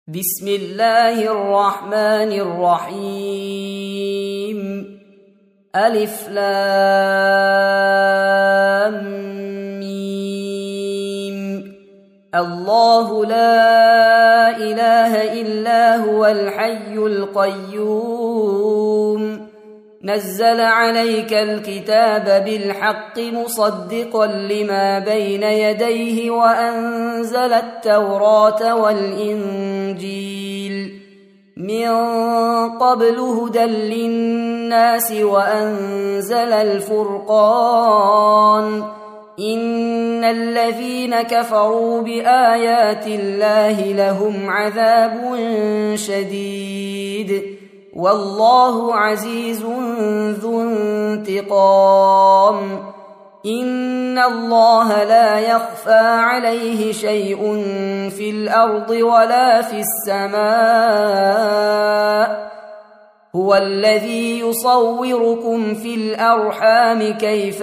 بسم الله الرحمن الرحيم. ألف لام ميم. الله لا إله إلا هو الحي القيوم، نزل عليك الكتاب بالحق مصدقا لما بين يديه وأنزل التوراة والإنجيل من قبل هدى للناس وأنزل الفرقان. إن الذين كفروا بآيات الله لهم عذاب شديد، والله عزيز ذو انتقام. إن الله لا يخفى عليه شيء في الأرض ولا في السماء. هو الذي يصوركم في الأرحام كيف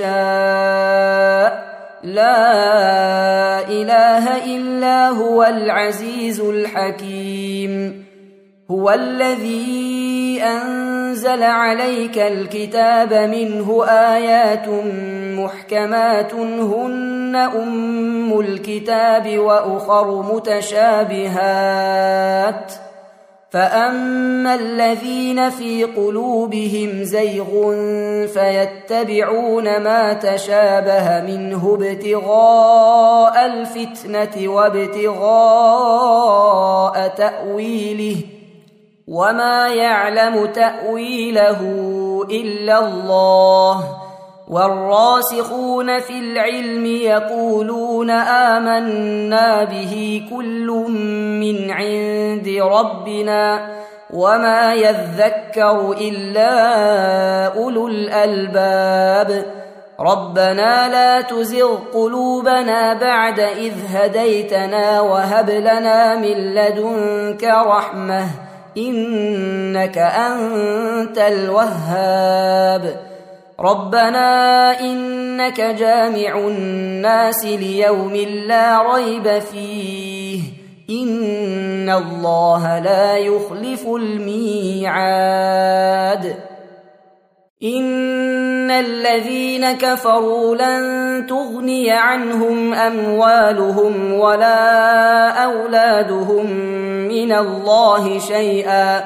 يشاء، لا إله إلا هو العزيز الحكيم. هو الذي أنزل عليك الكتاب منه آيات محكمات هن أم الكتاب وأخر متشابهات، فأما الذين في قلوبهم زيغ فيتبعون ما تشابه منه ابتغاء الفتنة وابتغاء تأويله، وما يعلم تأويله إلا الله. والراسخون في العلم يقولون آمنا به كل من عند ربنا وما يذكر إلا أولو الألباب. ربنا لا تزغ قلوبنا بعد إذ هديتنا وهب لنا من لدنك رحمة إنك أنت الوهاب. ربنا إنك جامع الناس ليوم لا ريب فيه، إن الله لا يخلف الميعاد. إن الذين كفروا لن تغني عنهم أموالهم ولا أولادهم من الله شيئا،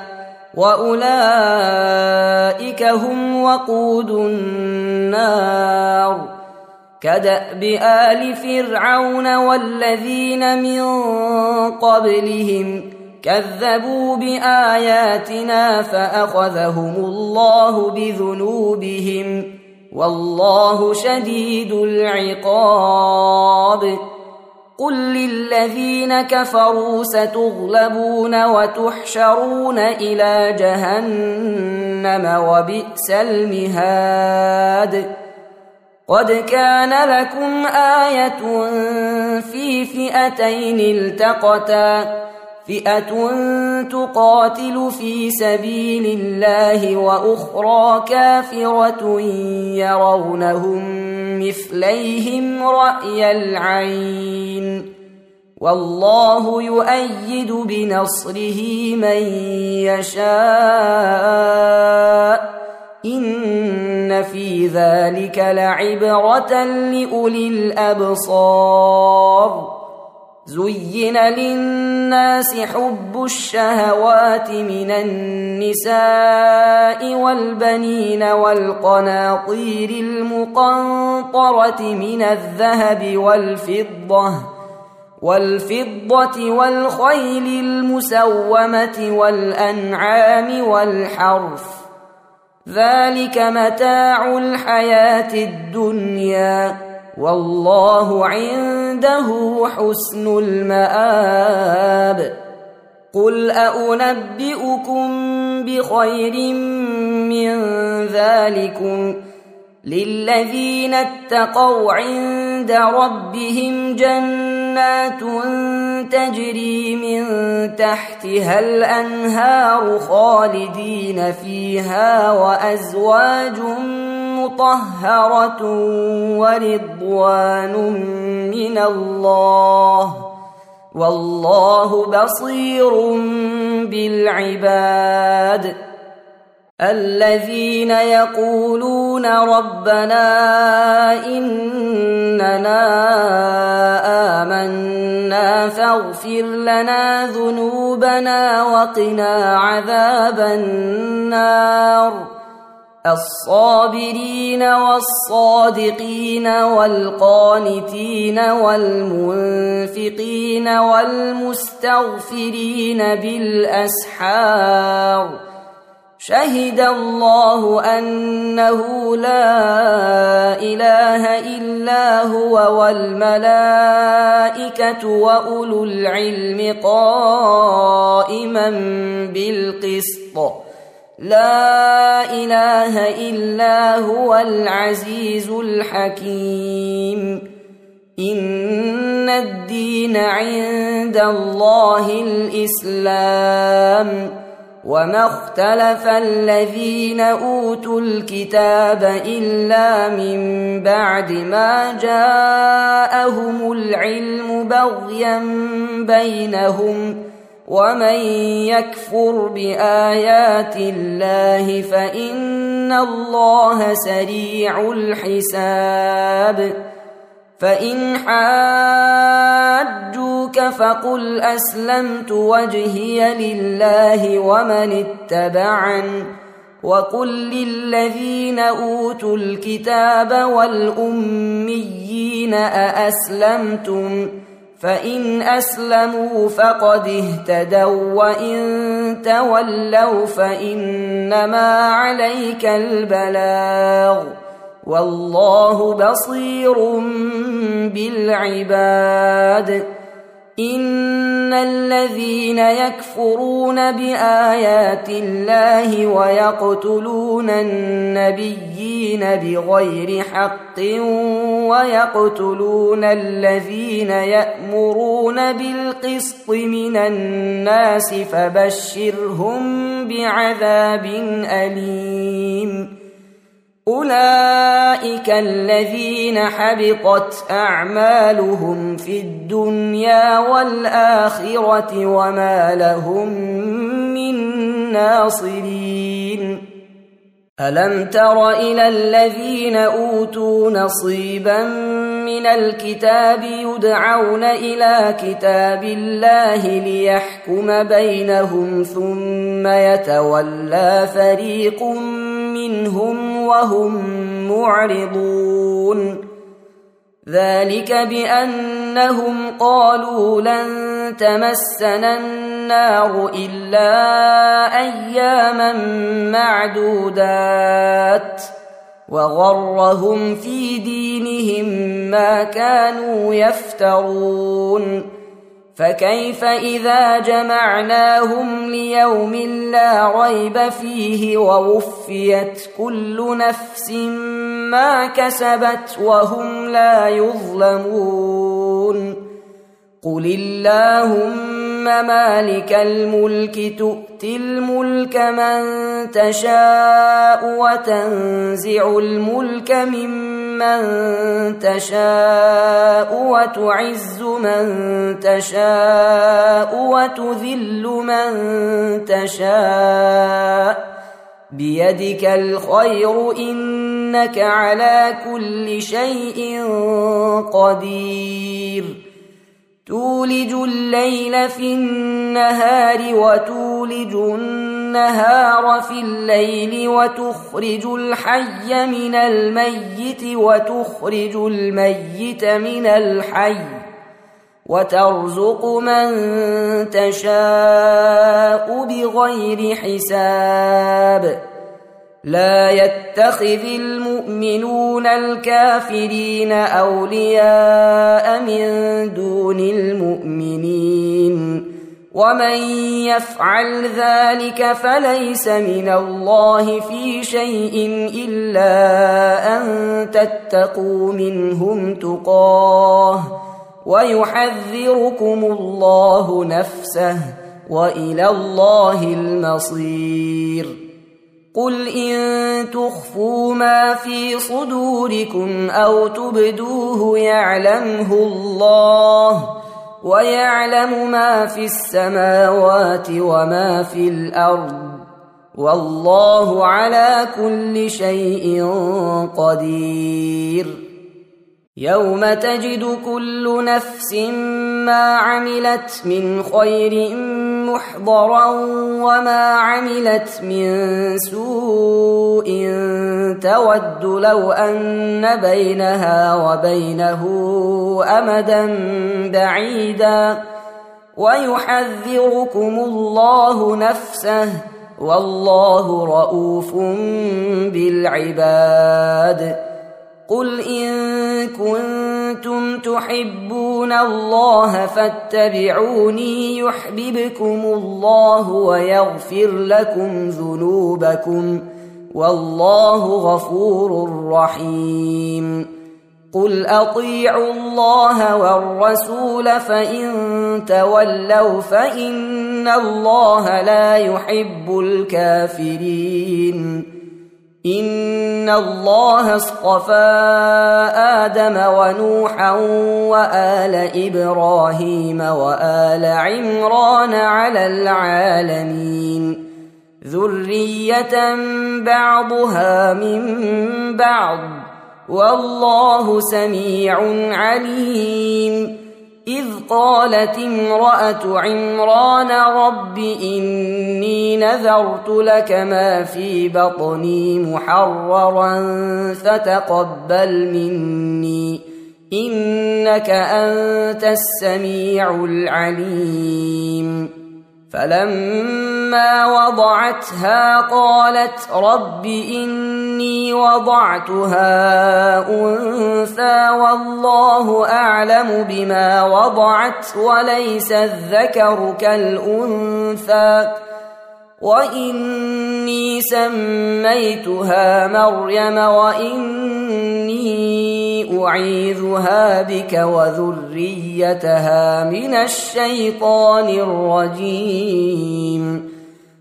وأولئك هم وقود النار. كدأب آل فرعون والذين من قبلهم كذبوا بآياتنا فأخذهم الله بذنوبهم، والله شديد العقاب. قل للذين كفروا ستغلبون وتحشرون إلى جهنم وبئس المهاد. قد كان لكم آية في فئتين التقتا، فئة تقاتل في سبيل الله وأخرى كافرة يرونهم مثليهم رأي العين، والله يؤيد بنصره من يشاء. إن في ذلك لعبرة لأولي الأبصار. زين للناس حب الشهوات من النساء والبنين والقناطير المقنطرة من الذهب والفضة والخيل المسومة والأنعام والحرث، ذلك متاع الحياة الدنيا، والله عنده حسن المآب. قل أنبئكم بخير من ذلكم للذين اتقوا عند ربهم جنات تجري من تحتها الأنهار خالدين فيها وأزواج مطهرة ورضوان من الله والله بصير بالعباد. الذين يقولون ربنا إننا آمنا فاغفر لنا ذنوبنا وقنا عذاب النار. الصابرين والصادقين والقانتين والمنفقين والمستغفرين بالأسحار. شهد الله أنه لا إله إلا هو والملائكة وأولو العلم قائما بالقسط. لا إله إلا هو العزيز الحكيم. إن الدين عند الله الإسلام. وما اختلف الذين أوتوا الكتاب إلا من بعد ما جاءهم العلم بغيا بينهم. ومن يكفر بآيات الله فإن الله سريع الحساب. فإن حاجوك فقل أسلمت وجهي لله ومن اتبعني. وقل للذين أوتوا الكتاب والأميين أأسلمتم؟ فإن أسلموا فقد اهتدوا وإن تولوا فإنما عليك البلاغ والله بصير بالعباد. إن الذين يكفرون بآيات الله ويقتلون النبيين بغير حق ويقتلون الذين يأمرون بالقسط من الناس فبشرهم بعذاب أليم. أولئك الذين حبطت أعمالهم في الدنيا والآخرة وما لهم من ناصرين. ألم تر إلى الذين أوتوا نصيبا من الكتاب يدعون إلى كتاب الله ليحكم بينهم ثم يتولى فريق منهم وهم معرضون. ذلك بأنهم قالوا لن تمسنا النار إلا أياما معدودات وغرهم في دينهم ما كانوا يفترون. فكيف إذا جمعناهم ليوم لا ريب فيه ووفيت كل نفس ما كسبت وهم لا يظلمون. قل اللهم مالك الملك تؤتي الملك من تشاء وتنزع الملك ممن تشاء وتعز من تشاء وتذل من تشاء بيدك الخير إنك على كل شيء قدير. تولج الليل في النهار وتولج النهار في الليل وتخرج الحي من الميت وتخرج الميت من الحي وترزق من تشاء بغير حساب. لا يتخذ المؤمنون الكافرين أولياء من دون المؤمنين ومن يفعل ذلك فليس من الله في شيء إلا أن تتقوا منهم تقاه ويحذركم الله نفسه وإلى الله المصير. قل إن تخفوا ما في صدوركم أو تبدوه يعلمه الله ويعلم ما في السماوات وما في الأرض والله على كل شيء قدير. يوم تجد كل نفس ما عملت من خير محضرا وما عملت من سوء تود لو أن بينها وبينه أمدا بعيدا ويحذركم الله نفسه والله رؤوف بالعباد. قل إن كنتم تحبون الله فاتبعوني يحببكم الله ويغفر لكم ذنوبكم والله غفور رحيم. قل أطيعوا الله والرسول فإن تولوا فإن الله لا يحب الكافرين. إن الله اصطفى آدم ونوحا وآل إبراهيم وآل عمران على العالمين ذرية بعضها من بعض والله سميع عليم. إذ قالت امرأة عمران رب إني نذرت لك ما في بطني محررا فتقبل مني إنك أنت السميع العليم. فلما وضعتها قالت رب إني وضعتها أنثى والله أعلم بما وضعت وليس الذكر كالأنثى وإني سميتها مريم وإني أعيذها بك وذريتها من الشيطان الرجيم.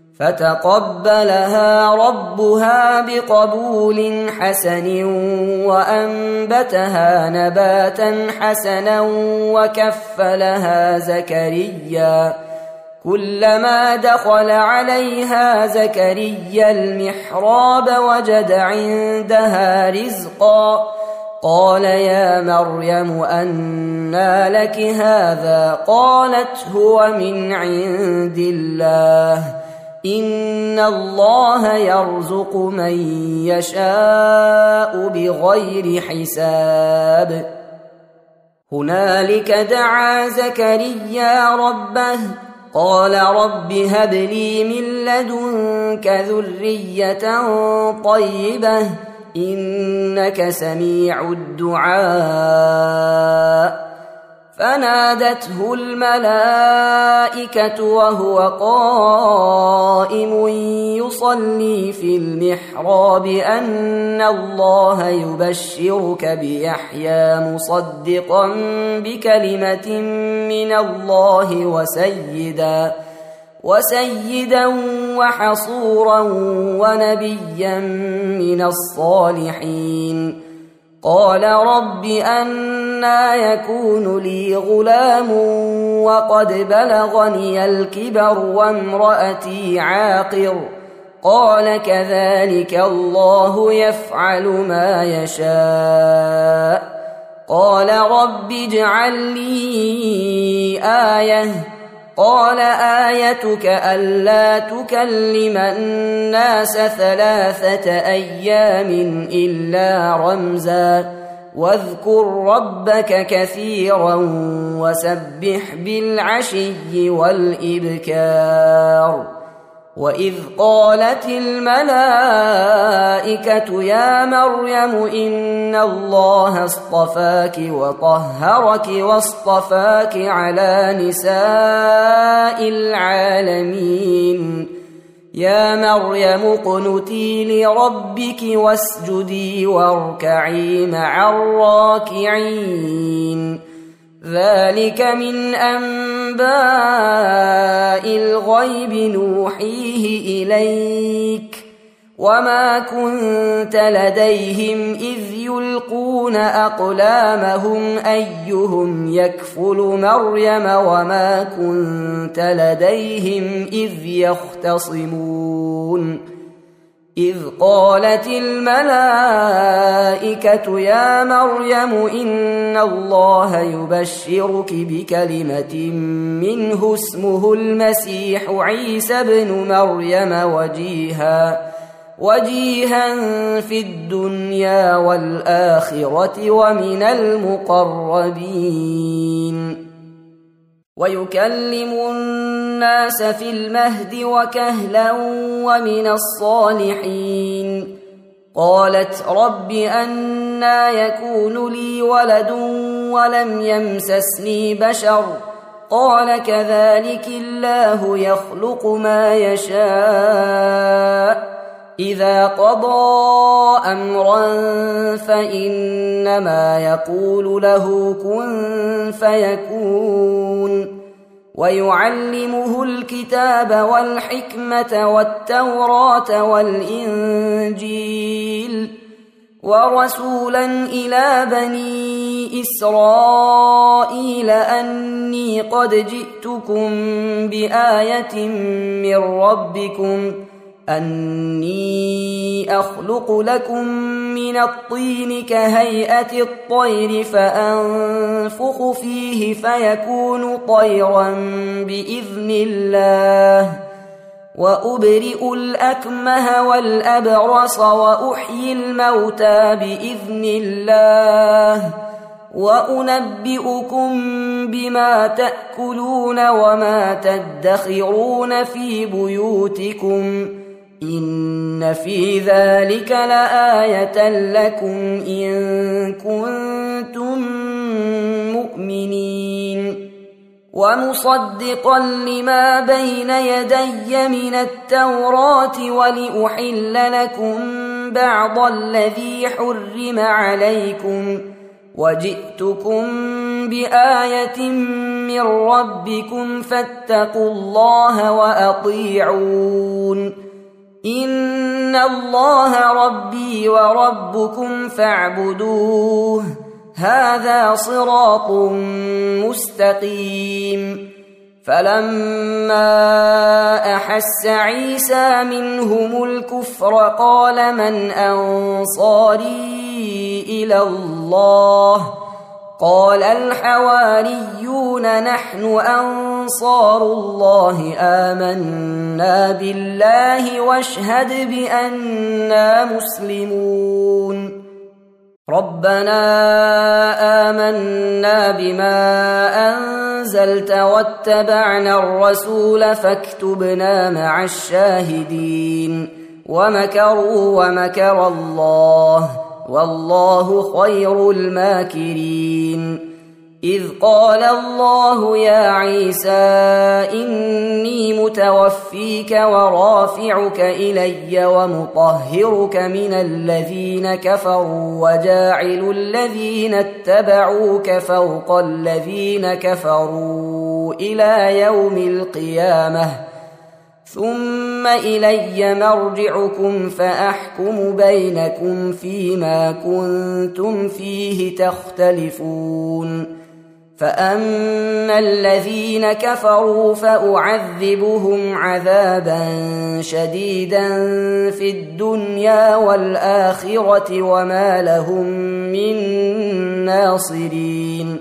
فتقبلها ربها بقبول حسن وأنبتها نباتا حسنا وكفلها زكريا. كلما دخل عليها زكريا المحراب وجد عندها رزقا قال يا مريم أنى لك هذا قالت هو من عند الله إن الله يرزق من يشاء بغير حساب. هنالك دعا زكريا ربه قال رب هب لي من لدنك ذرية طيبة إنك سميع الدعاء. فنادته الملائكة وهو قائم يصلي في المحراب أن الله يبشرك بيحيى مصدقا بكلمة من الله وسيدا وحصورا ونبيا من الصالحين. قال رب أنى يكون لي غلام وقد بلغني الكبر وامرأتي عاقر قال كذلك الله يفعل ما يشاء. قال رب اجعل لي آية قال آيتك ألا تكلم الناس 3 أيام إلا رمزا واذكر ربك كثيرا وسبح بالعشي والإبكار. وإذ قالت الملائكة يا مريم إن الله اصطفاك وطهرك واصطفاك على نساء العالمين. يا مريم اقنتي لربك واسجدي واركعي مع الراكعين. ذلك من أنباء الغيب نوحيه إليك وما كنت لديهم إذ يلقون أقلامهم أيهم يكفل مريم وما كنت لديهم إذ يختصمون إذ قالت الملائكة يا مريم إن الله يبشرك بكلمة منه اسمه المسيح عيسى بن مريم وجيها في الدنيا والآخرة ومن المقربين ويكلم الناس في المهد وكهلا ومن الصالحين قالت رب أنى يكون لي ولد ولم يمسسني بشر قال كذلك الله يخلق ما يشاء إذا قضى أمرا فإنما يقول له كن فيكون ويعلمه الكتاب والحكمة والتوراة والإنجيل ورسولا إلى بني إسرائيل أني قد جئتكم بآية من ربكم أني أخلق لكم من الطين كهيئة الطير فأنفخ فيه فيكون طيرا بإذن الله وأبرئ الأكمه والأبرص وأحيي الموتى بإذن الله وأنبئكم بما تأكلون وما تدخرون في بيوتكم إن في ذلك لآية لكم إن كنتم مؤمنين ومصدقا لما بين يدي من التوراة ولأحل لكم بعض الذي حرم عليكم وجئتكم بآية من ربكم فاتقوا الله وأطيعون إن الله ربي وربكم فاعبدوه هذا صراط مستقيم فلما أحس عيسى منهم الكفر قال من أنصاري إلى الله قال الحواريون نحن أنصار الله آمنا بالله واشهد بأننا مسلمون ربنا آمنا بما أنزلت واتبعنا الرسول فاكتبنا مع الشاهدين ومكروا ومكر الله والله خير الماكرين إذ قال الله يا عيسى إني متوفيك ورافعك إلي ومطهرك من الذين كفروا وجاعل الذين اتبعوك فوق الذين كفروا إلى يوم القيامة ثم إلي مرجعكم فأحكم بينكم فيما كنتم فيه تختلفون فأما الذين كفروا فأعذبهم عذابا شديدا في الدنيا والآخرة وما لهم من ناصرين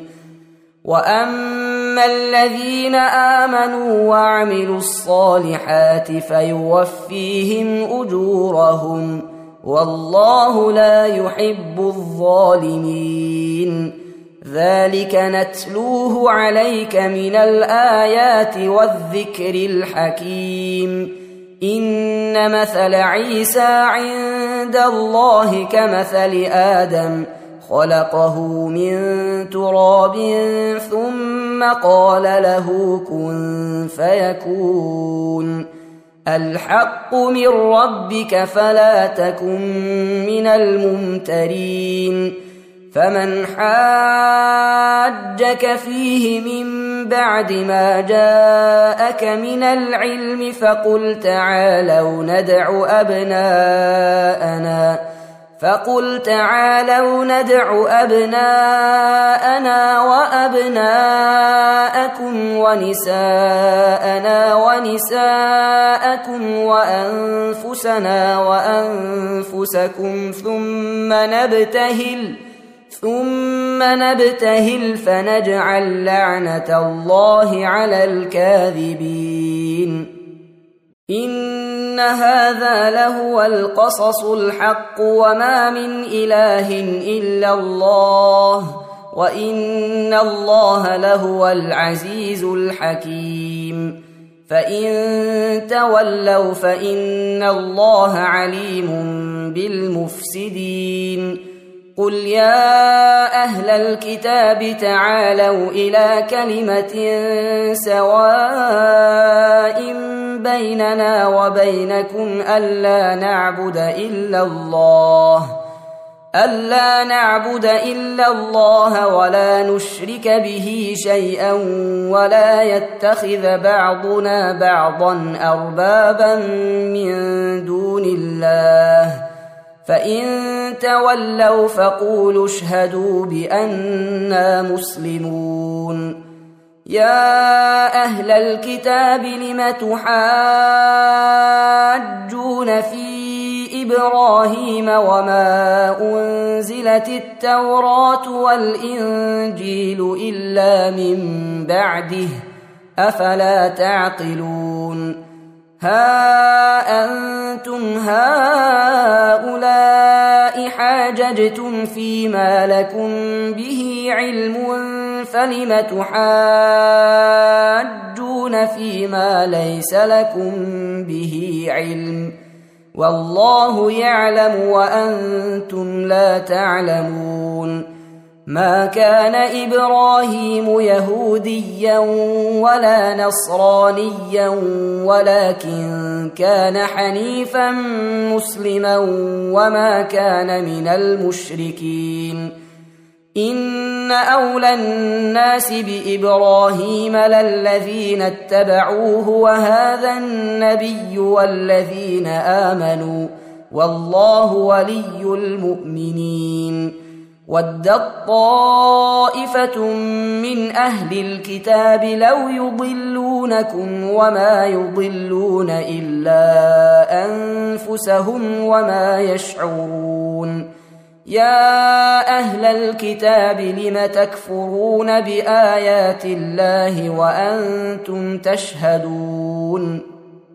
وأما الذين آمنوا وعملوا الصالحات فيوفيهم أجورهم والله لا يحب الظالمين ذلك نتلوه عليك من الآيات والذكر الحكيم إن مثل عيسى عند الله كمثل آدم خلقه من تراب ثم قال له كن فيكون الحق من ربك فلا تكن من الممترين فمن حاجك فيه من بعد ما جاءك من العلم فقل تعالوا ندع أبناءنا وأبناءكم ونساءنا ونساءكم وأنفسنا وأنفسكم ثم نبتهل فنجعل لعنة الله على الكاذبين. إن هذا لهو القصص الحق وما من إله إلا الله وإن الله لهو العزيز الحكيم. فإن تولوا فإن الله عليم بالمفسدين. قل يا أهل الكتاب تعالوا إلى كلمة سواء بيننا وبينكم ألا نعبد إلا الله ولا نشرك به شيئا ولا يتخذ بعضنا بعضا أربابا من دون الله. فإن تولوا فقولوا اشهدوا بأننا مسلمون. يا أهل الكتاب لم تحاجون في إبراهيم وما أنزلت التوراة والإنجيل إلا من بعده أفلا تعقلون. ها أنتم هؤلاء حاججتم فيما لكم به علم فلم تحاجون فيما ليس لكم به علم والله يعلم وأنتم لا تعلمون. ما كان إبراهيم يهوديا ولا نصرانيا ولكن كان حنيفا مسلما وما كان من المشركين. إن أولى الناس بإبراهيم للذين اتبعوه وهذا النبي والذين آمنوا والله ولي المؤمنين. ودت طائفة من أهل الكتاب لو يضلونكم وما يضلون إلا أنفسهم وما يشعرون. يا أهل الكتاب لم تكفرون بآيات الله وأنتم تشهدون.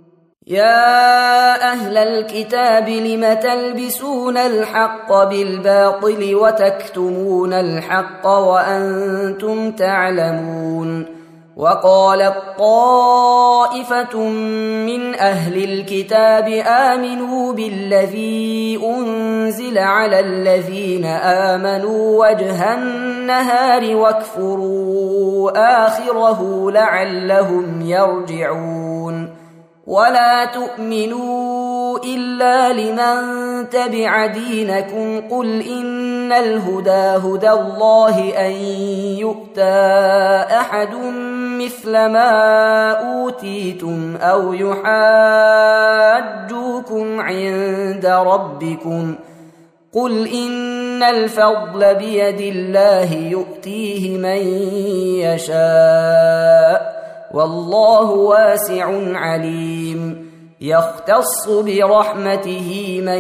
يا أهل الكتاب لم تلبسون الحق بالباطل وتكتمون الحق وأنتم تعلمون. وقالت طائفة من أهل الكتاب آمنوا بالذي أنزل على الذين آمنوا وجه النهار واكفروا آخره لعلهم يرجعون. ولا تؤمنوا إلا لمن تبع دينكم قل إن الهدى هدى الله أن يؤتى أحد مثل ما أوتيتم أو يحاجوكم عند ربكم قل إن الفضل بيد الله يؤتيه من يشاء والله واسع عليم. يختص برحمته من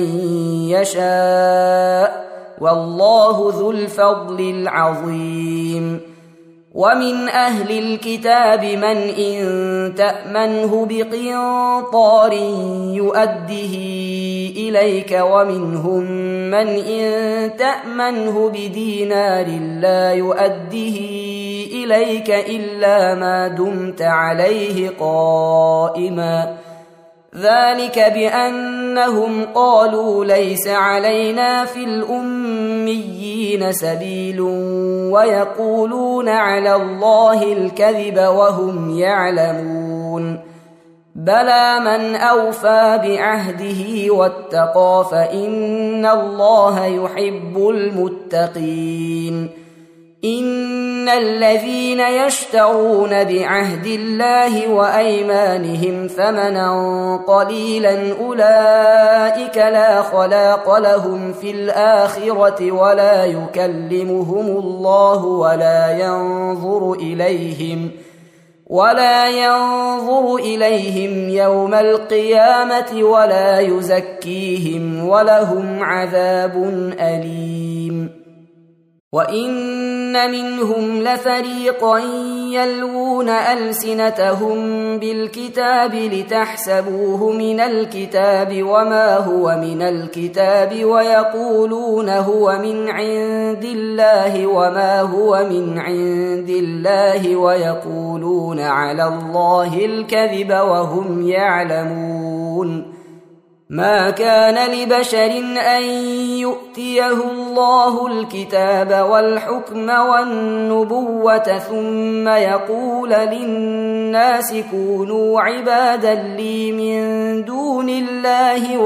يشاء والله ذو الفضل العظيم. ومن أهل الكتاب من إن تأمنه بقنطار يؤده إليك ومنهم من إن تأمنه بدينار لا يؤده إليك إلا ما دمت عليه قائما ذلك بأنهم قالوا ليس علينا في الأميين سبيل ويقولون على الله الكذب وهم يعلمون. بلى من أوفى بعهده واتقى فإن الله يحب المتقين. إن الذين يشترون بعهد الله وأيمانهم ثمنا قليلا أولئك لا خلاق لهم في الآخرة ولا يكلمهم الله ولا ينظر إليهم يوم القيامة ولا يزكيهم ولهم عذاب أليم. وإن منهم لفريقا يلوون ألسنتهم بالكتاب لتحسبوه من الكتاب وما هو من الكتاب ويقولون هو من عند الله وما هو من عند الله ويقولون على الله الكذب وهم يعلمون. ما كان لبشر أن يؤتيه الله الكتاب والحكم والنبوة ثم يقول للناس كونوا عبادا لي من دون الله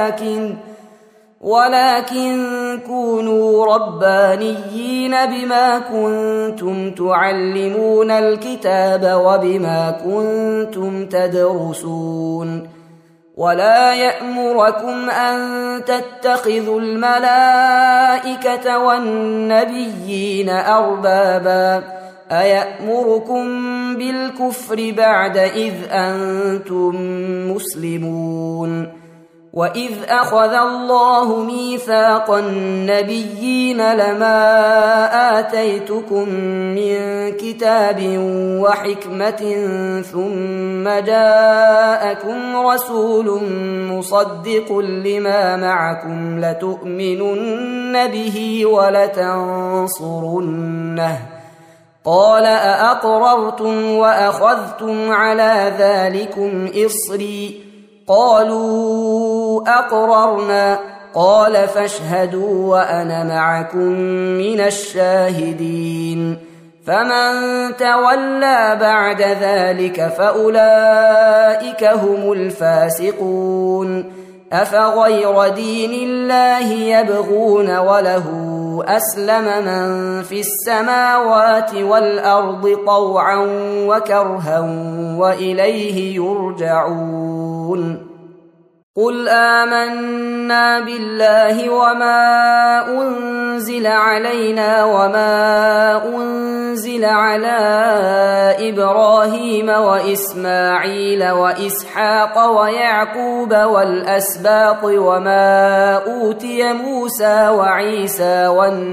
ولكن كونوا ربانيين بما كنتم تعلمون الكتاب وبما كنتم تدرسون. ولا يأمركم أن تتخذوا الملائكة والنبيين أربابا أيأمركم بالكفر بعد إذ أنتم مسلمون. وإذ أخذ الله ميثاق النبيين لما آتيتكم من كتاب وحكمة ثم جاءكم رسول مصدق لما معكم لتؤمنن به ولتنصرنه قال أأقررتم وأخذتم على ذلكم إصري قالوا أقررنا قال فاشهدوا وأنا معكم من الشاهدين. فمن تولى بعد ذلك فأولئك هم الفاسقون. أفغير دين الله يبغون وله أسلم من في السماوات والأرض طوعا وكرها وإليه يرجعون. قل آمنا بالله وما أنزل علينا وما أنزل على إبراهيم وإسماعيل وإسحاق ويعقوب والأسباط وما أوتي موسى وعيسى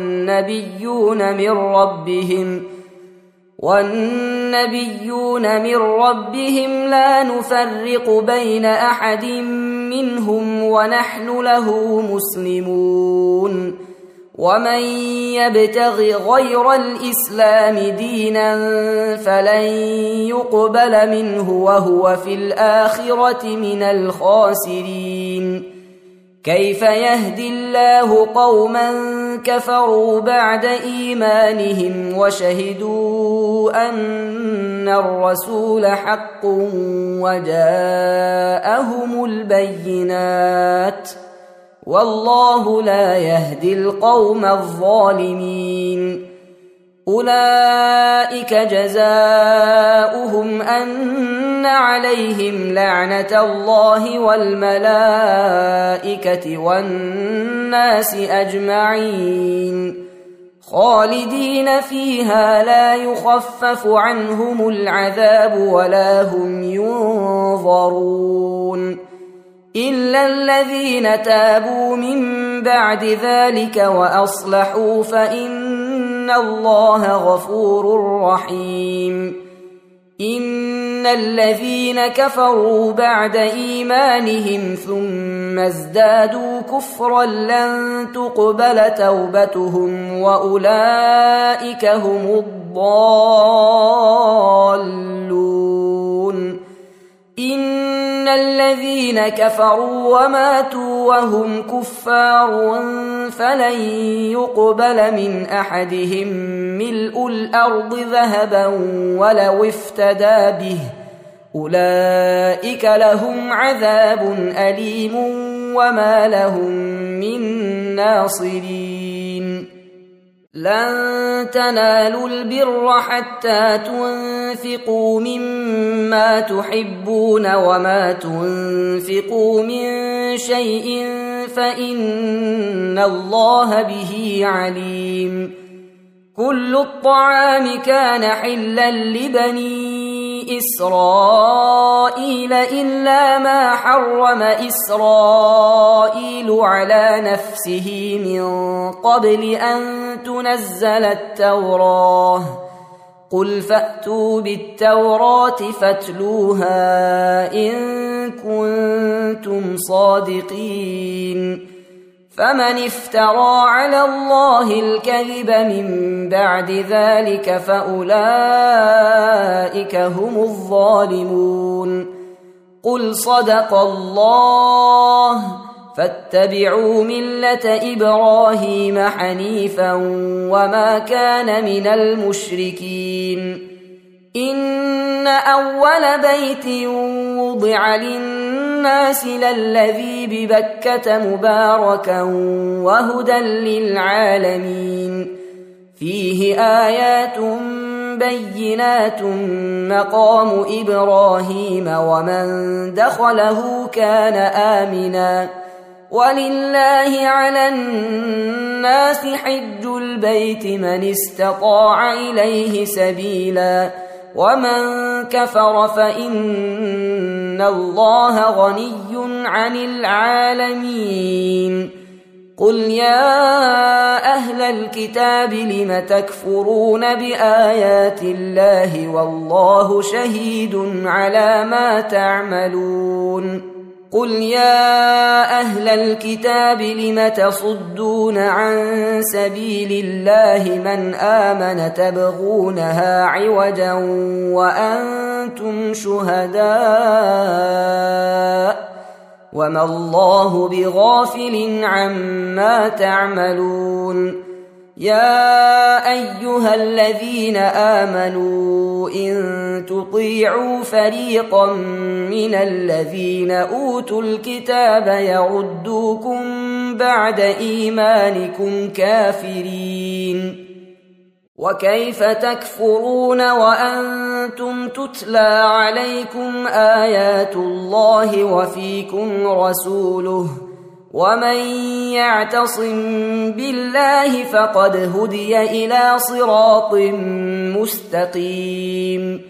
والنبيون من ربهم لا نفرق بين أحد منهم ونحن له مسلمون. ومن يبتغ غير الإسلام دينا فلن يقبل منه وهو في الآخرة من الخاسرين. كيف يهدي الله قوما كفروا بعد إيمانهم وشهدوا أن الرسول حق وجاءهم البينات والله لا يهدي القوم الظالمين. أولئك جزاؤهم أن عليهم لعنة الله والملائكة والناس أجمعين خالدين فيها لا يخفف عنهم العذاب ولا هم ينظرون إلا الذين تابوا من بعد ذلك وأصلحوا فإن الله غفور رحيم. إن الذين كفروا بعد إيمانهم ثم ازدادوا كفرا لن تقبل توبتهم وأولئك هم الضالون. إن الذين كفروا وماتوا وهم كفار فلن يقبل من أحدهم ملء الأرض ذهبا ولو افتدى به أولئك لهم عذاب أليم وما لهم من ناصرين. لن تنالوا البر حتى تنفقوا مما تحبون وما تنفقوا من شيء فإن الله به عليم كل الطعام كان حلا لبني إسرائيل إلا ما حرم إسرائيل على نفسه من قبل أن تنزل التوراة قل فأتوا بالتوراة فاتلوها إن كنتم صادقين فمن افترى على الله الكذب من بعد ذلك فأولئك هم الظالمون قل صدق الله فاتبعوا ملة إبراهيم حنيفا وما كان من المشركين إن أول بيت وضع للناس للذي ببكة مباركا وهدى للعالمين فيه آيات بينات مقام إبراهيم ومن دخله كان آمنا ولله على الناس حج البيت من استطاع إليه سبيلا ومن كفر فإن الله غني عن العالمين قل يا أهل الكتاب لم تكفرون بآيات الله والله شهيد على ما تعملون قل يا أهل الكتاب لم تصدون عن سبيل الله من آمن تبغونها عوجا وأنتم شهداء وما الله بغافل عما تعملون يا أيها الذين آمنوا إن تطيعوا فريقا من الذين أوتوا الكتاب يردوكم بعد إيمانكم كافرين وكيف تكفرون وأنتم تتلى عليكم آيات الله وفيكم رسوله ومن يعتصم بالله فقد هدي إلى صراط مستقيم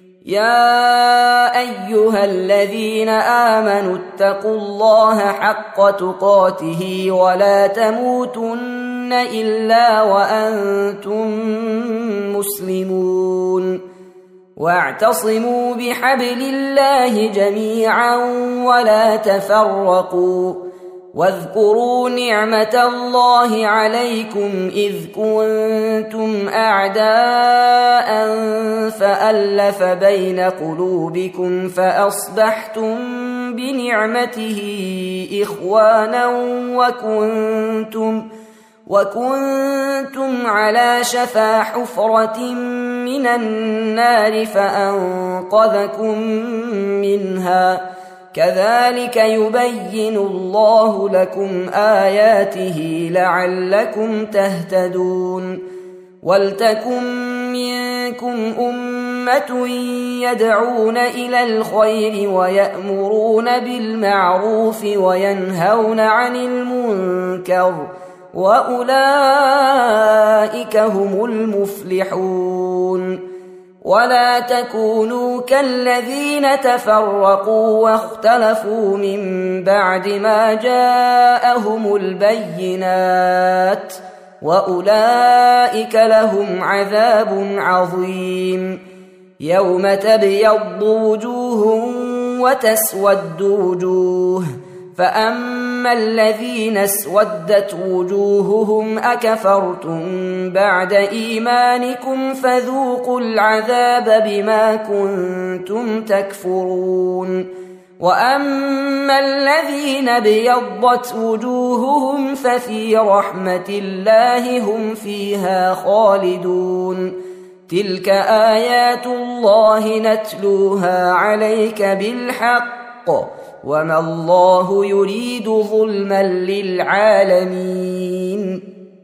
يا أيها الذين آمنوا اتقوا الله حق تقاته ولا تموتن إلا وأنتم مسلمون واعتصموا بحبل الله جميعا ولا تفرقوا واذكروا نعمة الله عليكم إذ كنتم أعداء فألف بين قلوبكم فأصبحتم بنعمته إخوانا وكنتم على شفا حفرة من النار فأنقذكم منها كذلك يبين الله لكم آياته لعلكم تهتدون ولتكن منكم أمة يدعون إلى الخير ويأمرون بالمعروف وينهون عن المنكر وأولئك هم المفلحون ولا تكونوا كالذين تفرقوا واختلفوا من بعد ما جاءهم البينات وأولئك لهم عذاب عظيم يوم تبيض وجوه وتسود وجوه فأما الذين اسودت وجوههم أكفرتم بعد إيمانكم فذوقوا العذاب بما كنتم تكفرون وأما الذين ابيضت وجوههم ففي رحمة الله هم فيها خالدون تلك آيات الله نتلوها عليك بالحق وما الله يريد ظلما للعالمين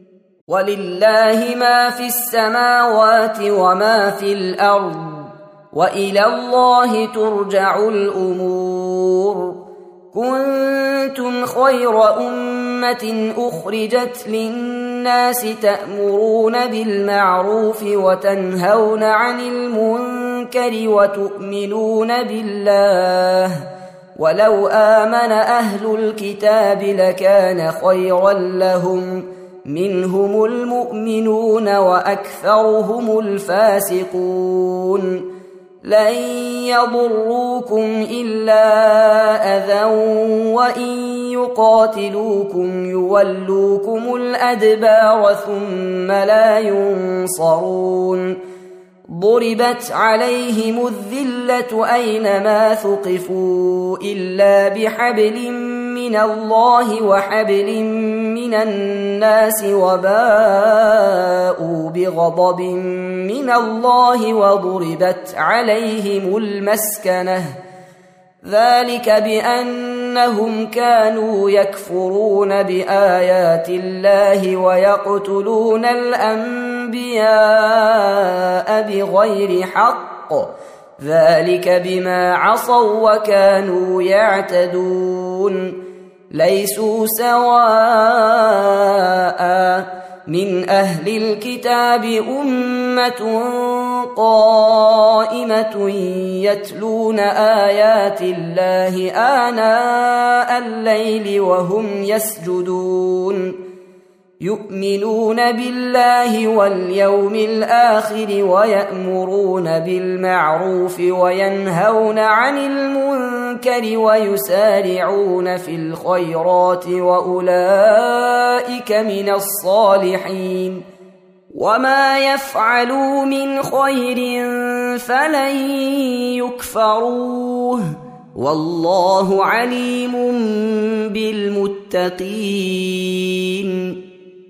ولله ما في السماوات وما في الأرض وإلى الله ترجع الأمور. كنتم خير أمة أخرجت للناس تأمرون بالمعروف وتنهون عن المنكر وتؤمنون بالله، ولو آمن أهل الكتاب لكان خيرا لهم، منهم المؤمنون وأكثرهم الفاسقون. لن يضروكم إلا أذى وإن يقاتلوكم يولوكم الأدبار ثم لا ينصرون. ضربت عليهم الذلة أينما ثقفوا إلا بحبل من الله وحبل من الناس وباءوا بغضب من الله وضربت عليهم المسكنة، ذلك بأنهم كانوا يكفرون بآيات الله ويقتلون الأنبياء بغير حق، ذلك بما عصوا وكانوا يعتدون. ليسوا سواء من أهل الكتاب أمة قائمة يتلون آيات الله آناء الليل وهم يسجدون، يؤمنون بالله واليوم الآخر ويأمرون بالمعروف وينهون عن المنكر ويسارعون في الخيرات وأولئك من الصالحين. وما يفعلوا من خير فلن يكفروه، والله عليم بالمتقين.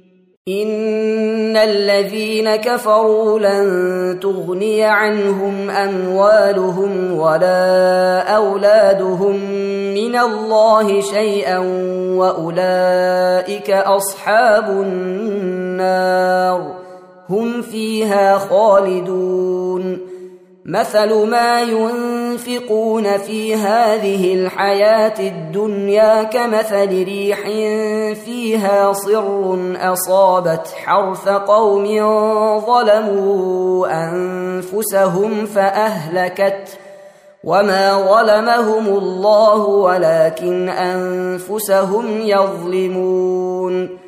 إن الذين كفروا لن تغني عنهم أموالهم ولا أولادهم من الله شيئا وأولئك أصحاب النار هم فيها خالدون. مثل ما ينفقون في هذه الحياة الدنيا كمثل ريح فيها صر أصابت حرث قوم ظلموا أنفسهم فأهلكت، وما ظلمهم الله ولكن أنفسهم يظلمون.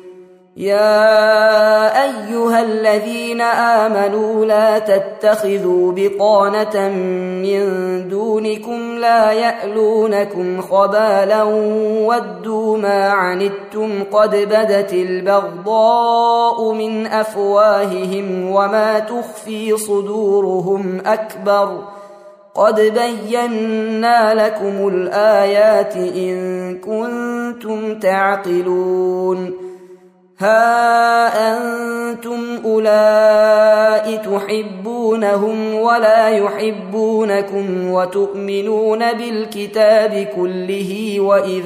يا أيها الذين آمنوا لا تتخذوا بطانة من دونكم لا يألونكم خبالا ودوا ما عنتم قد بدت البغضاء من أفواههم وما تخفي صدورهم أكبر، قد بينا لكم الآيات إن كنتم تعقلون. ها أنتم أولئك تحبونهم ولا يحبونكم وتؤمنون بالكتاب كله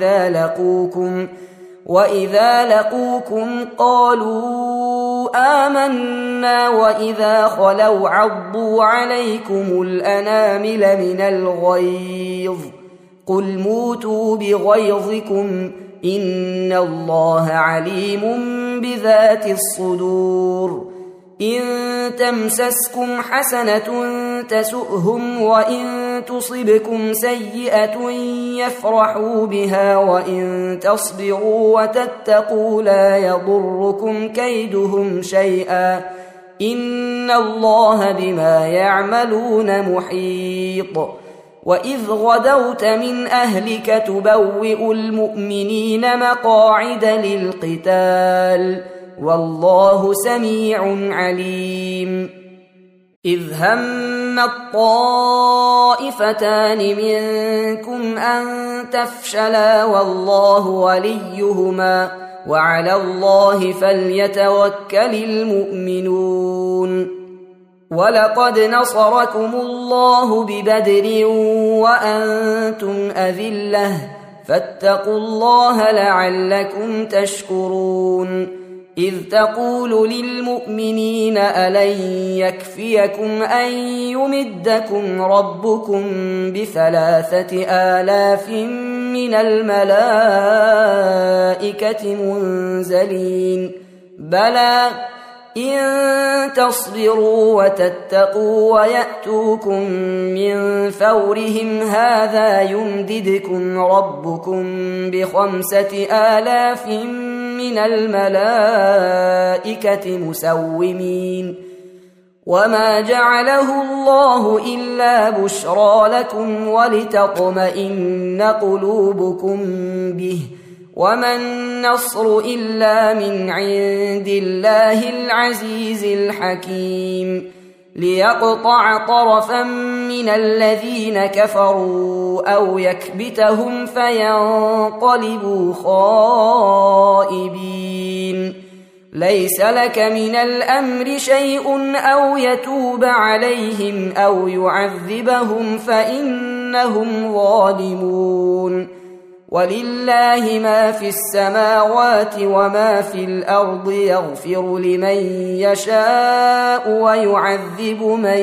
وإذا لقوكم قالوا آمنا وإذا خلوا عضوا عليكم الأنامل من الغيظ قل موتوا بغيظكم إن الله عليم بذات الصدور. إن تمسسكم حسنة تسؤهم وإن تصبكم سيئة يفرحوا بها وإن تصبروا وتتقوا لا يضركم كيدهم شيئا إن الله بما يعملون محيط. وإذ غدوت من أهلك تبوئ المؤمنين مقاعد للقتال والله سميع عليم. إذ هم الطائفتان منكم أن تفشلا والله وليهما وعلى الله فليتوكل المؤمنون. ولقد نصركم الله ببدر وأنتم أذلة فاتقوا الله لعلكم تشكرون. إذ تقول للمؤمنين ألن يكفيكم أن يمدكم ربكم ب3,000 من الملائكة منزلين بلى إن تصبروا وتتقوا ويأتوكم من فورهم هذا يمددكم ربكم ب5,000 من الملائكة مسومين وما جعله الله إلا بشرى لكم ولتطمئن قلوبكم به وما النصر إلا من عند الله العزيز الحكيم ليقطع طرفا من الذين كفروا أو يكبتهم فينقلبوا خائبين ليس لك من الأمر شيء أو يتوب عليهم أو يعذبهم فإنهم ظالمون ولله ما في السماوات وما في الأرض يغفر لمن يشاء ويعذب من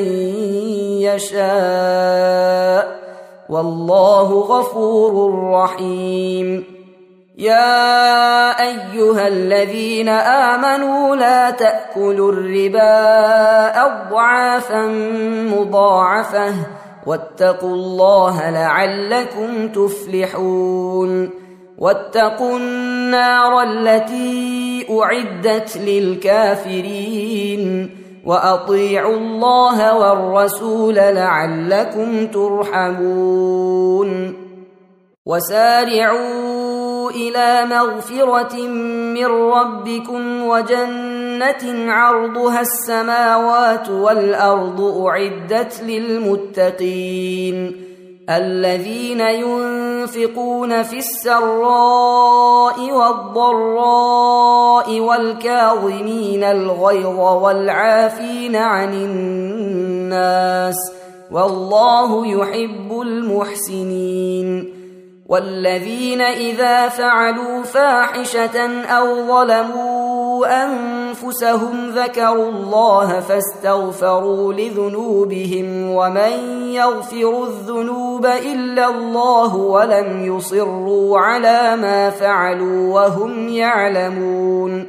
يشاء والله غفور رحيم يا أيها الذين آمنوا لا تأكلوا الربا أضعافا مضاعفة واتقوا الله لعلكم تفلحون واتقوا النار التي أعدت للكافرين وأطيعوا الله والرسول لعلكم ترحمون وسارعوا إلى مغفرة من ربكم وجنة عرضها السماوات والأرض أعدت للمتقين الذين ينفقون في السراء والضراء والكاظمين الغيظ والعافين عن الناس والله يحب المحسنين والذين إذا فعلوا فاحشة أو ظلموا أنفسهم ذكروا الله فاستغفروا لذنوبهم ومن يغفر الذنوب إلا الله ولم يصروا على ما فعلوا وهم يعلمون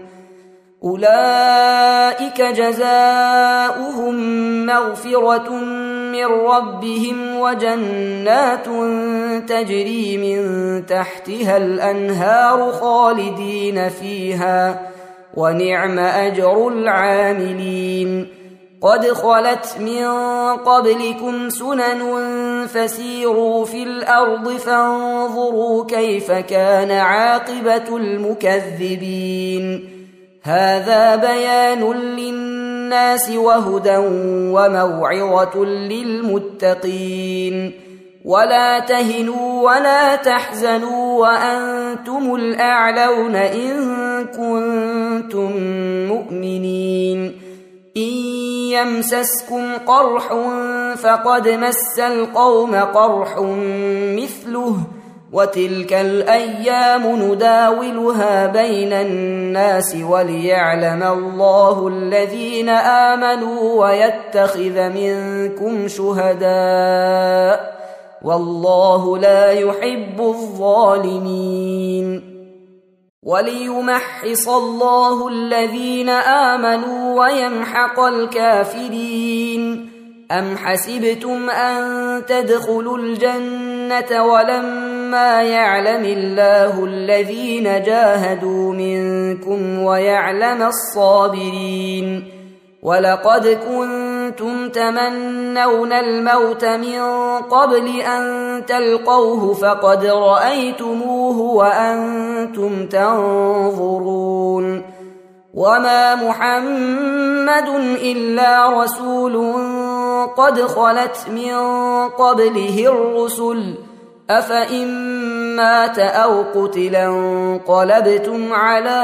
أولئك جزاؤهم مغفرة من ربهم وجنات تجري من تحتها الأنهار خالدين فيها ونعم أجر العاملين قد خلت من قبلكم سنن فسيروا في الأرض فانظروا كيف كان عاقبة المكذبين هذا بيان للناس وهدى وموعظة للمتقين ولا تهنوا ولا تحزنوا وأنتم الأعلون إن كنتم مؤمنين إن يمسسكم قرح فقد مس القوم قرح مثله وتلك الأيام نداولها بين الناس وليعلم الله الذين آمنوا ويتخذ منكم شهداء والله لا يحب الظالمين وليمحص الله الذين آمنوا ويمحق الكافرين أم حسبتم أن تدخلوا الجنة ولما يعلم الله الذين جاهدوا منكم ويعلم الصابرين ولقد كنتم تمنون الموت من قبل أن تلقوه فقد رأيتموه وأنتم تنظرون وما محمد إلا رسول قد خلت من قبله الرسل أفإن مات أو قتلا انقلبتم على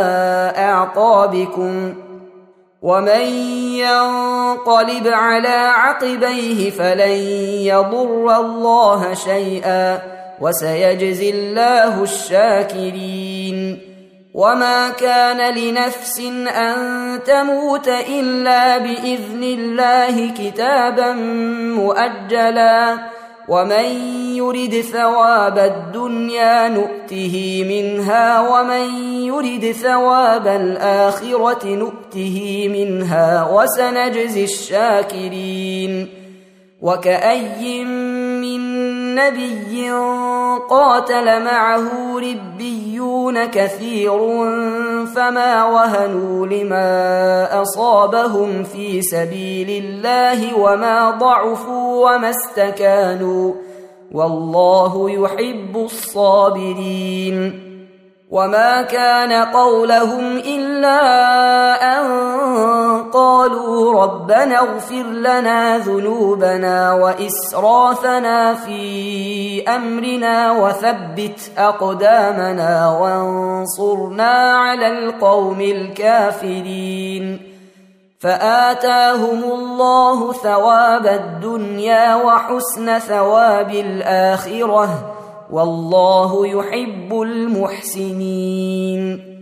أعقابكم ومن ينقلب على عقبيه فلن يضر الله شيئا وسيجزي الله الشاكرين وما كان لنفس أن تموت إلا بإذن الله كتابا مؤجلا ومن يرد ثواب الدنيا نؤته منها ومن يرد ثواب الآخرة نؤته منها وسنجزي الشاكرين وكأي من نبي قاتل معه ربيون كثير فما وهنوا لما أصابهم في سبيل الله وما ضعفوا وما استكانوا والله يحب الصابرين وما كان قولهم إلا أن قالوا ربنا اغفر لنا ذنوبنا وإسرافنا في أمرنا وثبت أقدامنا وانصرنا على القوم الكافرين فآتاهم الله ثواب الدنيا وحسن ثواب الآخرة والله يحب المحسنين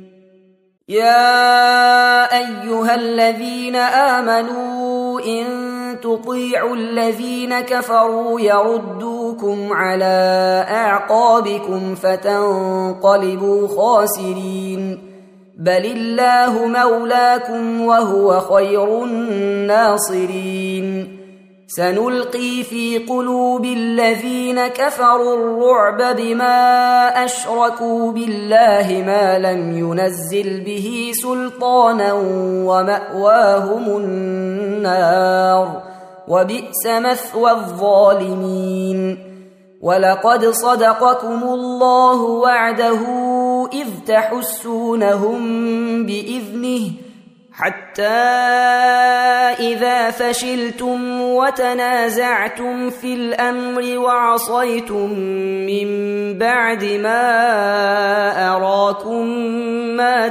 يا أيها الذين آمنوا إن تطيعوا الذين كفروا يردوكم على أعقابكم فتنقلبوا خاسرين بل الله مولاكم وهو خير الناصرين سنلقي في قلوب الذين كفروا الرعب بما أشركوا بالله ما لم ينزل به سلطانا ومأواهم النار وبئس مثوى الظالمين ولقد صدقكم الله وعده إذ تحسونهم بإذنه حتى إذا فشلتم وتنازعتم في الأمر وعصيتم من بعد ما أراكم ما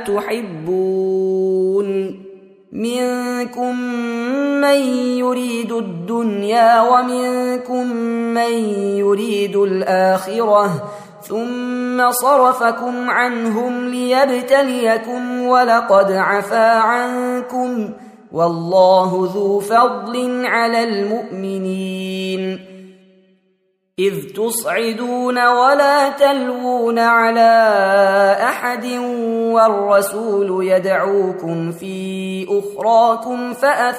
تحبون منكم من يريد الدنيا ومنكم من يريد الآخرة ثم صرفكم عنهم ليبتليكم ولقد عفا عنكم والله ذو فضل على المؤمنين إذ تصعدون ولا تلوون على أحد والرسول يدعوكم في أخراكم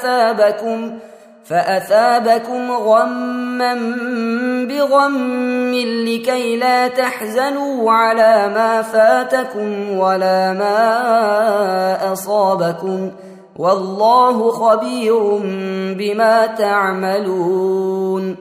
فأثابكم غما بغم لكي لا تحزنوا على ما فاتكم ولا ما أصابكم والله خبير بما تعملون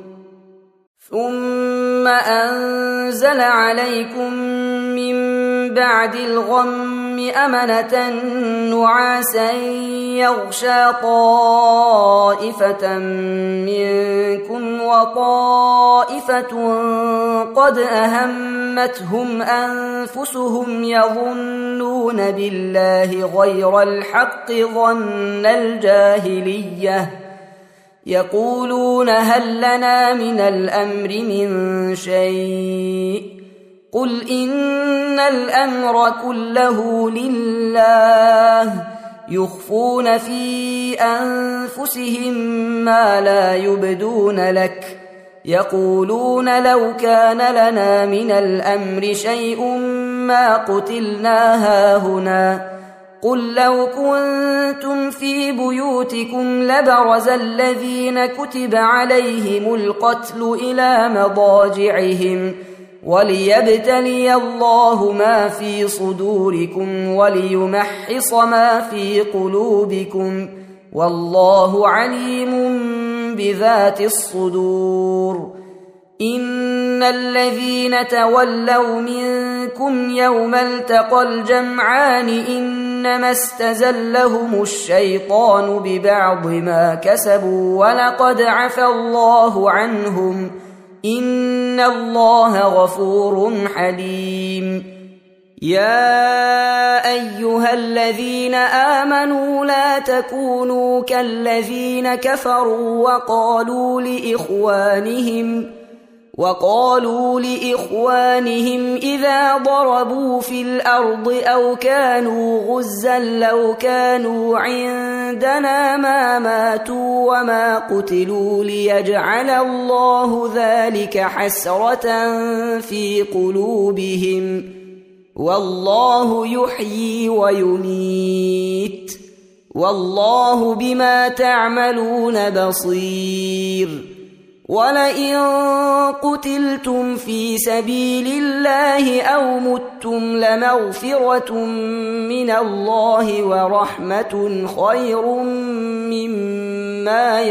ثم أنزل عليكم من بعد الغم أمنة نعاسا يغشى طائفة منكم وطائفة قد أهمتهم أنفسهم يظنون بالله غير الحق ظن الجاهلية يقولون هل لنا من الأمر من شيء قل إن الأمر كله لله يخفون في أنفسهم ما لا يبدون لك يقولون لو كان لنا من الأمر شيء ما قتلنا هاهنا قل لو كنتم في بيوتكم لبرز الذين كتب عليهم القتل إلى مضاجعهم وليبتلي الله ما في صدوركم وليمحص ما في قلوبكم والله عليم بذات الصدور إن الذين تولوا منكم يوم التقى الجمعان إنما استزلهم الشيطان ببعض ما كسبوا ولقد عفى الله عنهم إن الله غفور حليم يا أيها الذين آمنوا لا تكونوا وقالوا لإخوانهم إذا ضربوا في الأرض أو كانوا غزا لو كانوا عندنا ما ماتوا وما قتلوا ليجعل الله ذلك حسرة في قلوبهم والله يحيي ويميت والله بما تعملون بصير ولئن قتلتم في سبيل الله أو متم لمغفرة من الله ورحمة خير مما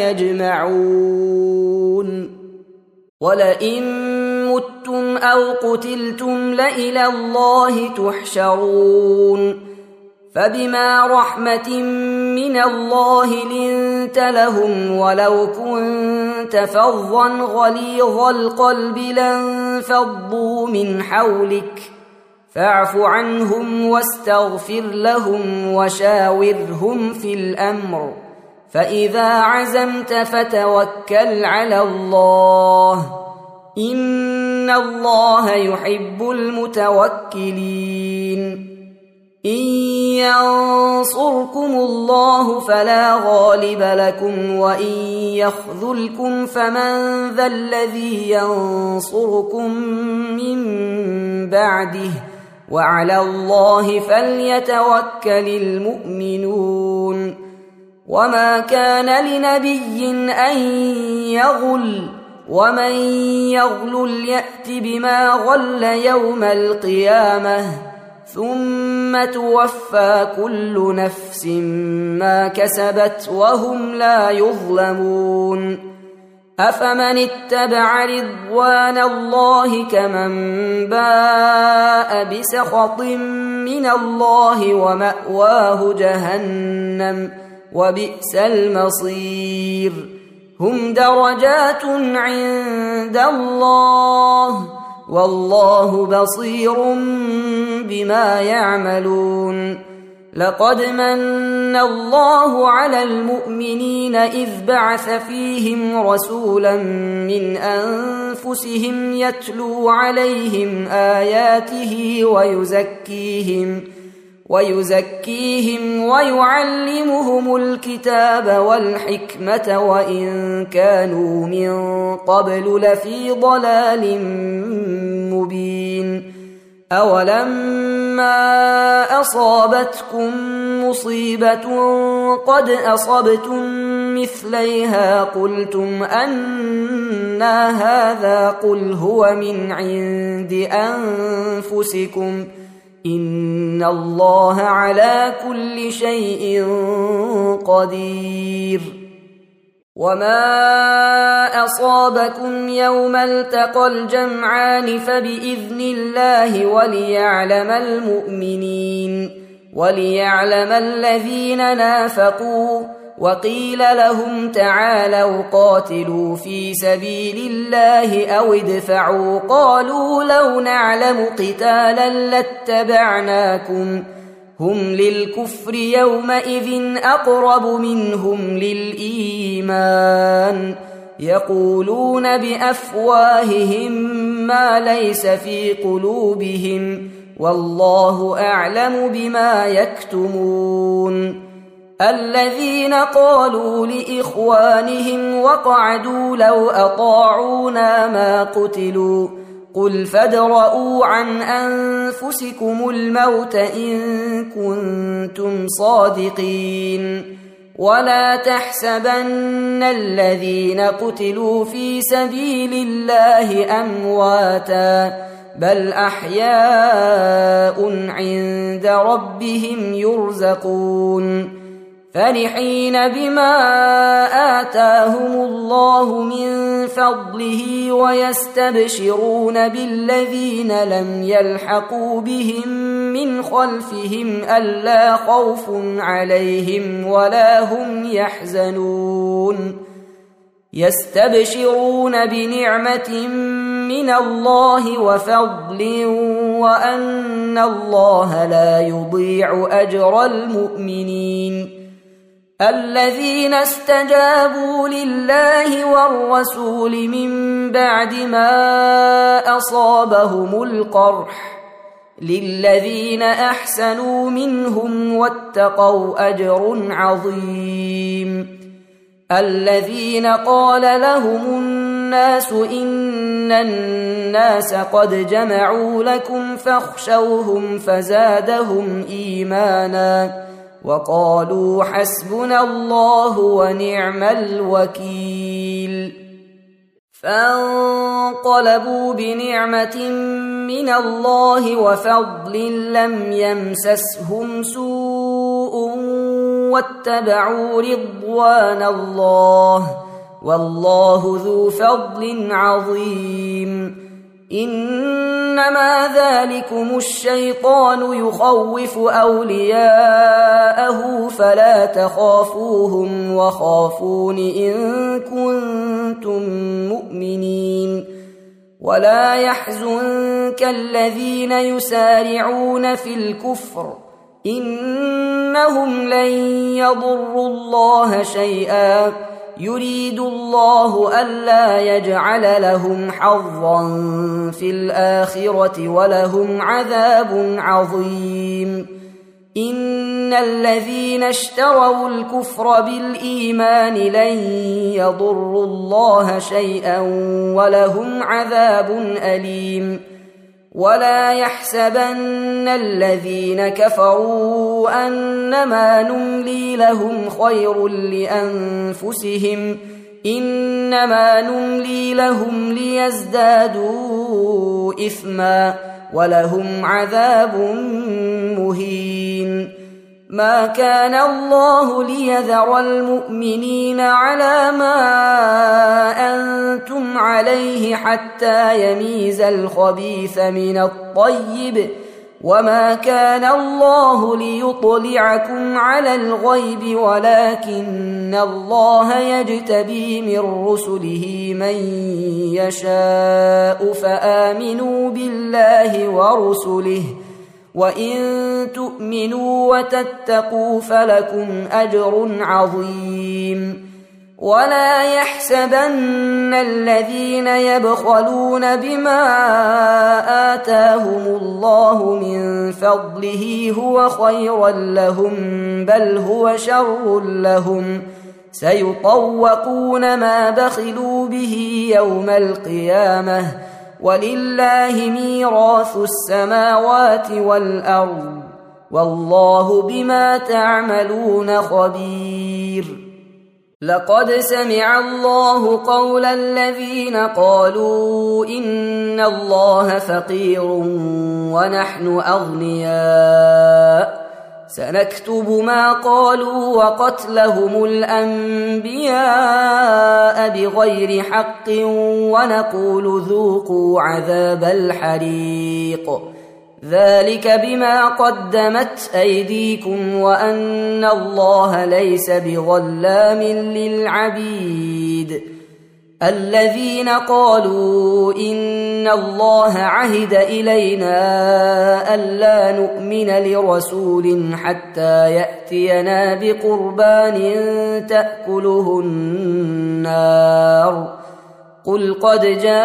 يجمعون ولئن متم أو قتلتم لإلى الله تحشرون فبما رحمة من الله لنت لهم ولو كنت فظا غليظ القلب لانفضوا من حولك فاعف عنهم واستغفر لهم وشاورهم في الأمر فإذا عزمت فتوكل على الله إن الله يحب المتوكلين إن ينصركم الله فلا غالب لكم وإن يخذلكم فمن ذا الذي ينصركم من بعده وعلى الله فليتوكل المؤمنون وما كان لنبي أن يغل ومن يغل يأت بما غل يوم القيامة ثم توفى كل نفس ما كسبت وهم لا يظلمون أفمن اتبع رضوان الله كمن باء بسخط من الله ومأواه جهنم وبئس المصير هم درجات عند الله والله بصير بما يعملون لقد من الله على المؤمنين إذ بعث فيهم رسولا من أنفسهم يتلو عليهم آياته ويزكيهم ويعلمهم الكتاب والحكمة وإن كانوا من قبل لفي ضلال مبين أولما أصابتكم مصيبة قد أصبتم مثليها قلتم أنى هذا قل هو من عند أنفسكم إن الله على كل شيء قدير وما أصابكم يوم التقى الجمعان فبإذن الله وليعلم الذين نافقوا وقيل لهم تعالوا قاتلوا في سبيل الله أو ادفعوا قالوا لو نعلم قتالا لاتبعناكم هم للكفر يومئذ أقرب منهم للإيمان يقولون بأفواههم ما ليس في قلوبهم والله أعلم بما يكتمون الذين قالوا لإخوانهم وقعدوا لو أطاعونا ما قتلوا قل فادرءوا عن أنفسكم الموت إن كنتم صادقين ولا تحسبن الذين قتلوا في سبيل الله أمواتا بل أحياء عند ربهم يرزقون فرحين بما آتاهم الله من فضله ويستبشرون بالذين لم يلحقوا بهم من خلفهم ألا خوف عليهم ولا هم يحزنون يستبشرون بنعمة من الله وفضل وأن الله لا يضيع أجر المؤمنين الذين استجابوا لله والرسول من بعد ما أصابهم القرح للذين أحسنوا منهم واتقوا أجر عظيم. الذين قال لهم الناس إن الناس قد جمعوا لكم فاخشوهم فزادهم إيمانا وقالوا حسبنا الله ونعم الوكيل. فانقلبوا بنعمة من الله وفضل لم يمسسهم سوء واتبعوا رضوان الله والله ذو فضل عظيم. إنما ذلكم الشيطان يخوف أولياءه فلا تخافوهم وخافون إن كنتم مؤمنين. ولا يحزنك الذين يسارعون في الكفر إنهم لن يضروا الله شيئا يريد الله ألا يجعل لهم حظا في الآخرة ولهم عذاب عظيم. إن الذين اشتروا الكفر بالإيمان لن يضروا الله شيئا ولهم عذاب أليم. ولا يحسبن الذين كفروا أنما نملي لهم خير لأنفسهم إنما نملي لهم ليزدادوا إثما ولهم عذاب مهين. ما كان الله ليذر المؤمنين على ما أنتم عليه حتى يميز الخبيث من الطيب وما كان الله ليطلعكم على الغيب ولكن الله يجتبي من رسله من يشاء فآمنوا بالله ورسله وإن تؤمنوا وتتقوا فلكم أجر عظيم. ولا يحسبن الذين يبخلون بما آتاهم الله من فضله هو خيرا لهم بل هو شر لهم سيطوقون ما بخلوا به يوم القيامة ولله ميراث السماوات والأرض والله بما تعملون خبير. لقد سمع الله قول الذين قالوا إن الله فقير ونحن أغنياء سنكتب ما قالوا وقتلهم الأنبياء بغير حق ونقول ذوقوا عذاب الحريق ذلك بما قدمت أيديكم وأن الله ليس بظلام للعبيد. الذين قالوا إن الله عهد إلينا ألا نؤمن لرسول حتى يأتينا بقربان تأكله النار قل قد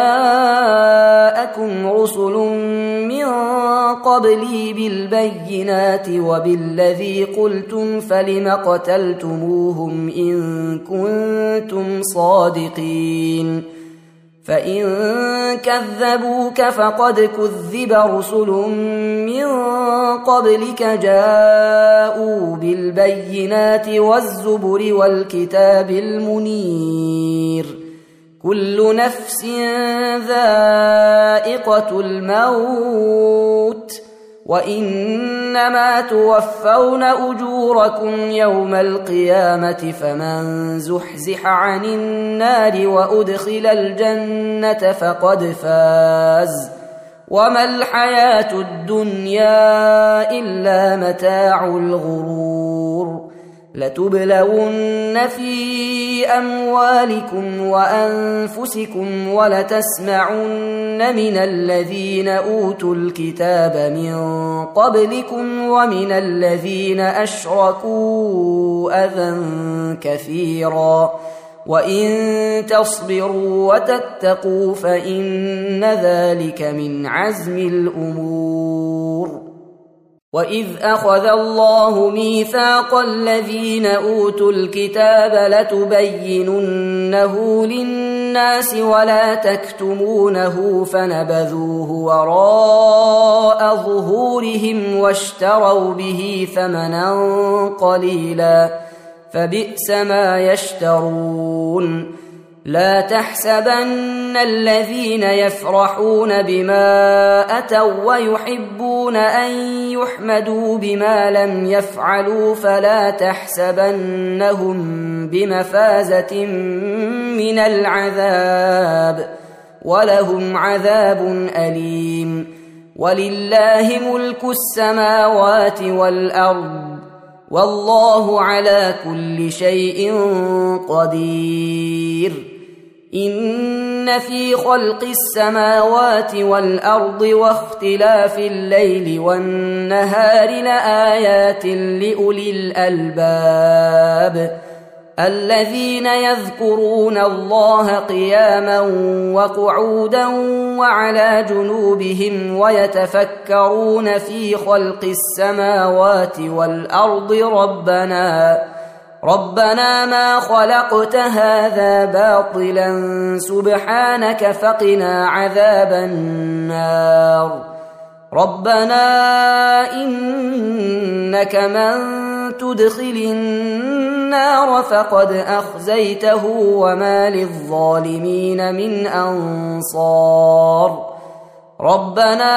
جاءكم رسل من قبلي بالبينات وبالذي قلتم فلم قتلتموهم إن كنتم صادقين فإن كذبوك فقد كذب رسل من قبلك جاءوا بالبينات والزبر والكتاب المنير كل نفس ذائقة الموت وإنما توفون أجوركم يوم القيامة فمن زحزح عن النار وأدخل الجنة فقد فاز وما الحياة الدنيا إلا متاع الغرور لتبلون في أموالكم وأنفسكم ولتسمعن من الذين أوتوا الكتاب من قبلكم ومن الذين أشركوا أذى كثيرا وإن تصبروا وتتقوا فإن ذلك من عزم الأمور. وإذ أخذ الله ميثاق الذين أوتوا الكتاب لتبيننه للناس ولا تكتمونه فنبذوه وراء ظهورهم واشتروا به ثمنا قليلا فبئس ما يشترون. لا تحسبن الذين يفرحون بما أتوا ويحبون أن يحمدوا بما لم يفعلوا فلا تحسبنهم بمفازة من العذاب ولهم عذاب أليم. ولله ملك السماوات والأرض والله على كل شيء قدير. إن في خلق السماوات والأرض واختلاف الليل والنهار لآيات لأولي الألباب الذين يذكرون الله قياما وقعودا وعلى جنوبهم ويتفكرون في خلق السماوات والأرض ربنا ما خلقت هذا باطلا سبحانك فقنا عذاب النار. ربنا إنك من تدخل النار فقد أخزيته وما للظالمين من أنصار. ربنا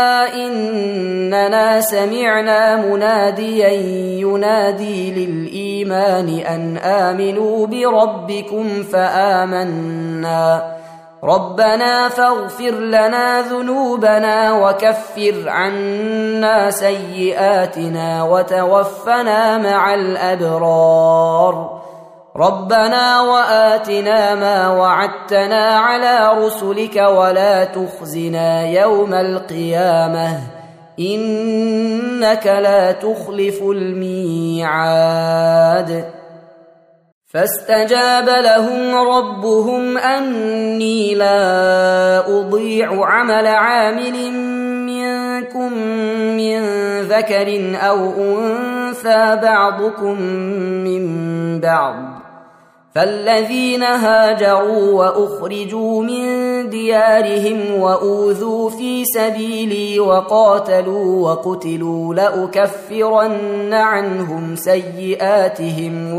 إننا سمعنا مناديا ينادي للإيمان أن آمنوا بربكم فآمنا. ربنا فاغفر لنا ذنوبنا وكفر عنا سيئاتنا وتوفنا مع الأبرار. ربنا وآتنا ما وعدتنا على رسلك ولا تخزنا يوم القيامة إنك لا تخلف الميعاد. فاستجاب لهم ربهم أني لا أضيع عمل عامل منكم من ذكر أو أنثى بعضكم من بعض. فالذين هاجروا وأخرجوا من ديارهم وأوذوا في سبيلي وقاتلوا وقتلوا لأكفرن عنهم سيئاتهم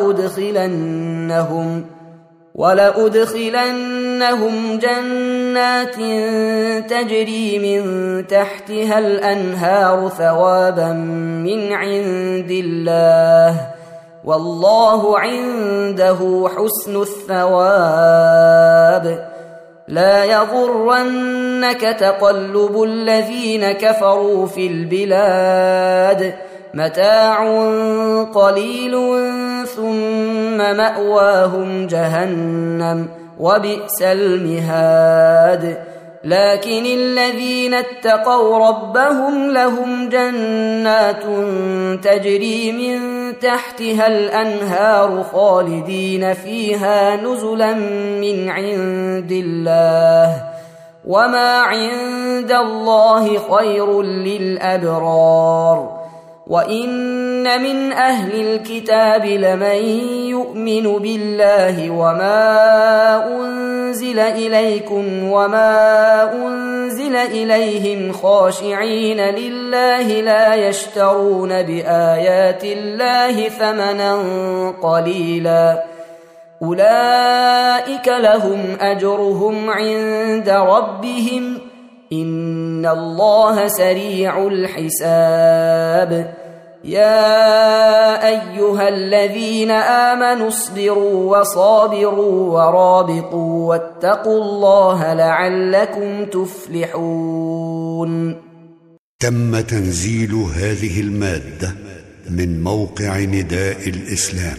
ولأدخلنهم جنات تجري من تحتها الأنهار ثوابا من عند الله والله عنده حسن الثواب. لا يغرنك تقلب الذين كفروا في البلاد متاع قليل ثم مأواهم جهنم وبئس المهاد. لكن الذين اتقوا ربهم لهم جنات تجري من تحتها الأنهار خالدين فيها نزلا من عند الله وما عند الله خير للأبرار. وإن من أهل الكتاب لمن يؤمن بالله وما أنزل إليكم وما أنزل إليهم خاشعين لله لا يشترون بآيات الله ثمنا قليلا أولئك لهم أجرهم عند ربهم إن الله سريع الحساب. يا أيها الذين آمنوا اصبروا وصابروا ورابطوا واتقوا الله لعلكم تفلحون. تم تنزيل هذه المادة من موقع نداء الإسلام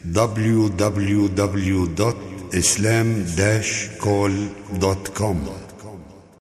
www.islam-call.com